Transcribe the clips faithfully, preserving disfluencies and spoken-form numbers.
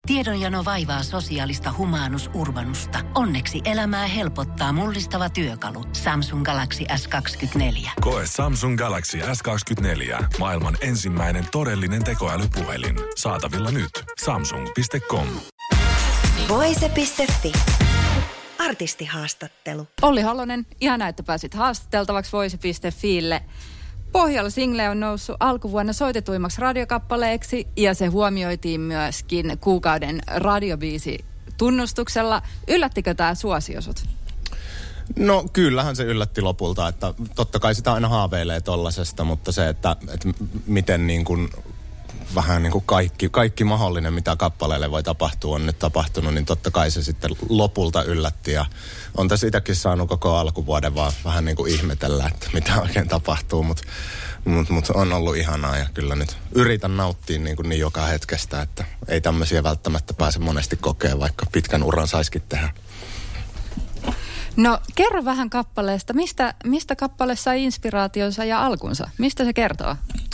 Tiedonjano vaivaa sosiaalista humanus urbanusta. Onneksi elämää helpottaa mullistava työkalu. Samsung Galaxy S kaksikymmentäneljä. Koe Samsung Galaxy S kaksikymmentäneljä. Maailman ensimmäinen todellinen tekoälypuhelin. Saatavilla nyt. Samsung piste com. Voise piste fi. Artistihaastattelu. Olli Halonen, ihana, että pääsit haastateltavaksi Voise piste fille. Pohjalla single on noussut alkuvuonna soitetuimmaksi radiokappaleeksi ja se huomioitiin myöskin kuukauden radiobiisi tunnustuksella. Yllättikö tämä suosio sut? No kyllähän se yllätti lopulta, että totta kai sitä aina haaveilee tollasesta, mutta se, että, että miten niin kuin vähän niin kuin kaikki, kaikki mahdollinen, mitä kappaleelle voi tapahtua, on nyt tapahtunut, niin totta kai se sitten lopulta yllätti. Ja on tässä itsekin saanut koko alkuvuoden vaan vähän niin kuin ihmetellä, että mitä oikein tapahtuu, mutta mut, mut on ollut ihanaa ja kyllä nyt yritän nauttia niin, kuin niin joka hetkestä, että ei tämmöisiä välttämättä pääse monesti kokea, vaikka pitkän uran saisikin tehdä. No kerro vähän kappaleesta. Mistä, mistä kappale sai inspiraationsa ja alkunsa? Mistä se kertoo?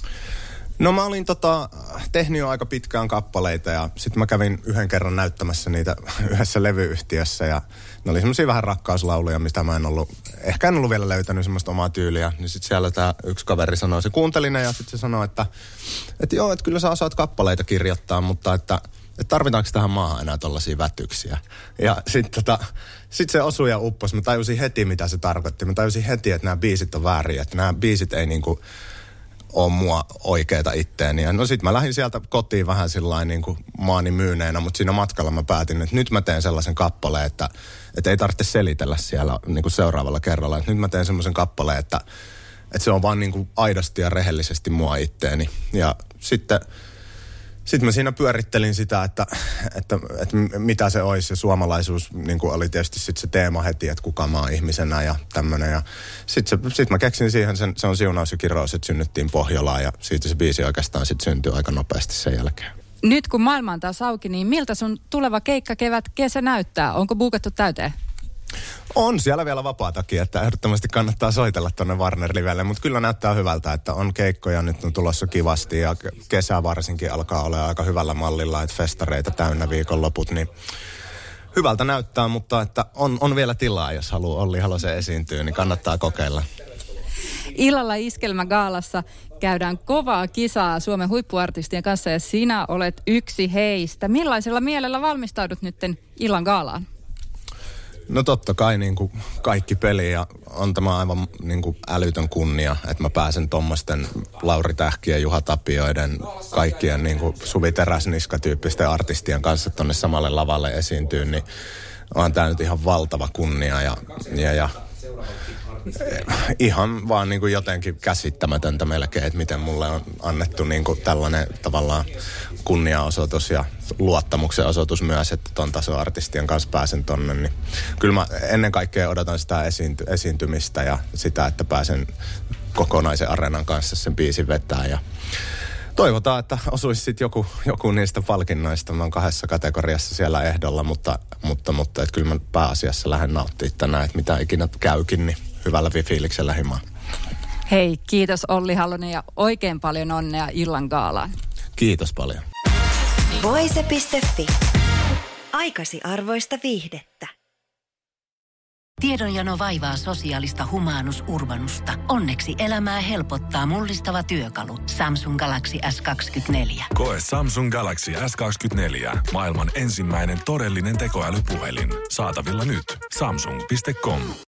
No mä olin tota, tehnyt jo aika pitkään kappaleita ja sitten mä kävin yhden kerran näyttämässä niitä yhdessä levyyhtiössä ja ne oli semmosia vähän rakkauslauluja, mitä mä en ollut, ehkä en ollut vielä löytänyt semmoista omaa tyyliä. Niin sitten siellä tää yksi kaveri sanoi, se kuunteli ne ja sitten se sanoi, että, että joo, että kyllä sä osaat kappaleita kirjoittaa, mutta että, että tarvitaanko tähän maahan enää tollaisia vätyksiä. Ja sitten tota, sit se osui ja upposi. Mä tajusin heti, mitä se tarkoitti. Mä tajusin heti, että nämä biisit on väärin, että nämä biisit ei niinku on mua oikeeta itteeni. Ja no sit mä lähdin sieltä kotiin vähän sillain niin kuin maani myyneenä, mutta siinä matkalla mä päätin, että nyt mä teen sellaisen kappaleen, että, että ei tarvitse selitellä siellä niin kuin seuraavalla kerralla. Että nyt mä teen semmoisen kappaleen, että, että se on vaan niin kuin aidosti ja rehellisesti mua itteeni. Ja sitten Sitten mä siinä pyörittelin sitä, että, että, että mitä se olisi. Ja suomalaisuus niin kuin oli tietysti sit se teema heti, että kuka mä oon ihmisenä ja tämmöinen. Ja sitten sit mä keksin siihen, sen, se on siunaus ja kirous, että synnyttiin Pohjolaan. Ja siitä se biisi oikeastaan sitten syntyi aika nopeasti sen jälkeen. Nyt kun maailma on taas auki, niin miltä sun tuleva keikka, kevät, kesä näyttää? Onko buukattu täyteen? On siellä vielä vapaatakin, että ehdottomasti kannattaa soitella tuonne Warner-livelle, mutta kyllä näyttää hyvältä, että on keikkoja nyt on tulossa kivasti ja kesä varsinkin alkaa olla aika hyvällä mallilla, että festareita täynnä viikonloput, niin hyvältä näyttää, mutta että on, on vielä tilaa, jos haluaa Olli Halosen esiintyä, niin kannattaa kokeilla. Illalla Iskelmä-gaalassa käydään kovaa kisaa Suomen huippuartistien kanssa ja sinä olet yksi heistä. Millaisella mielellä valmistaudut nytten illan gaalaan? No totta kai niin kuin kaikki peli ja on tämä aivan niin kuin älytön kunnia, että mä pääsen tommosten Lauri Tähkien, Juha Tapioiden, kaikkien niin kuin Suvi Teräsniska-tyyppisten artistien kanssa tonne samalle lavalle esiintyy, niin on tää nyt ihan valtava kunnia ja, ja, ja ihan vaan niin kuin jotenkin käsittämätöntä melkein, että miten mulle on annettu niin kuin tällainen tavallaan kunniaosoitus ja luottamuksen osoitus myös, että ton tason artistien kanssa pääsen tonne. Niin kyllä mä ennen kaikkea odotan sitä esiinty- esiintymistä ja sitä, että pääsen kokonaisen areenan kanssa sen biisin vetää ja toivotaan, että osuisi sitten joku, joku niistä palkinnoista. Mä oon kahdessa kategoriassa siellä ehdolla, mutta, mutta, mutta että kyllä mä pääasiassa lähden nauttimaan tänään, että mitä ikinä käykin, niin hyvällä fiiliksellä himaan. Hei, kiitos Olli Halonen ja oikein paljon onnea illan gaalaan. Kiitos paljon. Voise piste fi. Aikasi arvoista viihdettä. Tiedonjano vaivaa sosiaalista humanus urbanusta. Onneksi elämää helpottaa mullistava työkalu. Samsung Galaxy S kaksikymmentäneljä. Koe Samsung Galaxy S kaksikymmentäneljä. Maailman ensimmäinen todellinen tekoälypuhelin. Saatavilla nyt. Samsung piste com.